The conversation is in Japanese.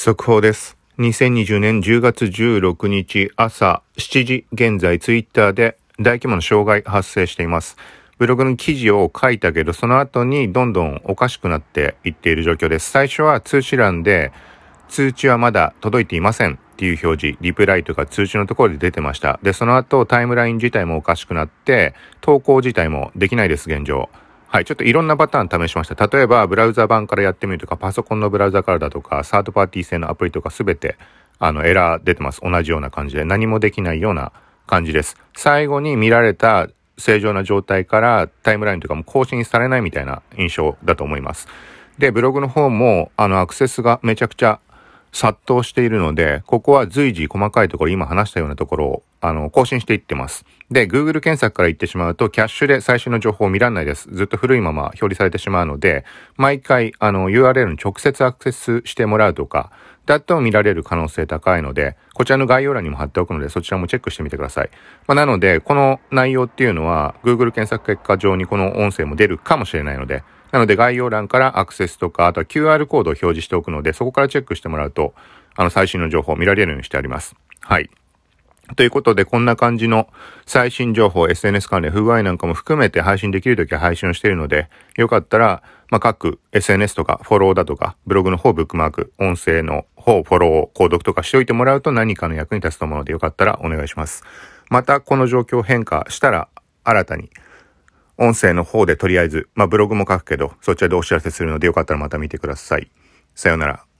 速報です。2020年10月16日朝7時現在ツイッターで大規模な障害発生しています。ブログの記事を書いたけどその後にどんどんおかしくなっていっている状況です。最初は通知欄で通知はまだ届いていませんっていう表示、リプライとか通知のところで出てました。で、その後タイムライン自体もおかしくなって投稿自体もできないです、現状。はい、ちょっといろんなパターン試しました。例えばブラウザ版からやってみるとか、パソコンのブラウザからだとか、サードパーティー製のアプリとかすべてエラー出てます。同じような感じで何もできないような感じです。最後に見られた正常な状態からタイムラインとかも更新されないみたいな印象だと思います。で、ブログの方もアクセスがめちゃくちゃ殺到しているので、ここは随時細かいところ、今話したようなところを更新していってます。で、Google 検索から言ってしまうと、キャッシュで最新の情報を見られないです。ずっと古いまま表示されてしまうので、毎回URL に直接アクセスしてもらうとか、だと見られる可能性高いので、こちらの概要欄にも貼っておくので、そちらもチェックしてみてください。なので、この内容っていうのは、Google 検索結果上にこの音声も出るかもしれないので、なので概要欄からアクセスとか、あとは QR コードを表示しておくので、そこからチェックしてもらうと、最新の情報を見られるようにしてあります。はい。ということで、こんな感じの最新情報、SNS 関連、不具合なんかも含めて配信できるときは配信をしているので、よかったら、各 SNS とかフォローだとか、ブログの方ブックマーク、音声の方フォロー、購読とかしておいてもらうと何かの役に立つと思うので、よかったらお願いします。また、この状況変化したら、新たに、音声の方でとりあえず、ブログも書くけど、そちらでお知らせするのでよかったらまた見てください。さようなら。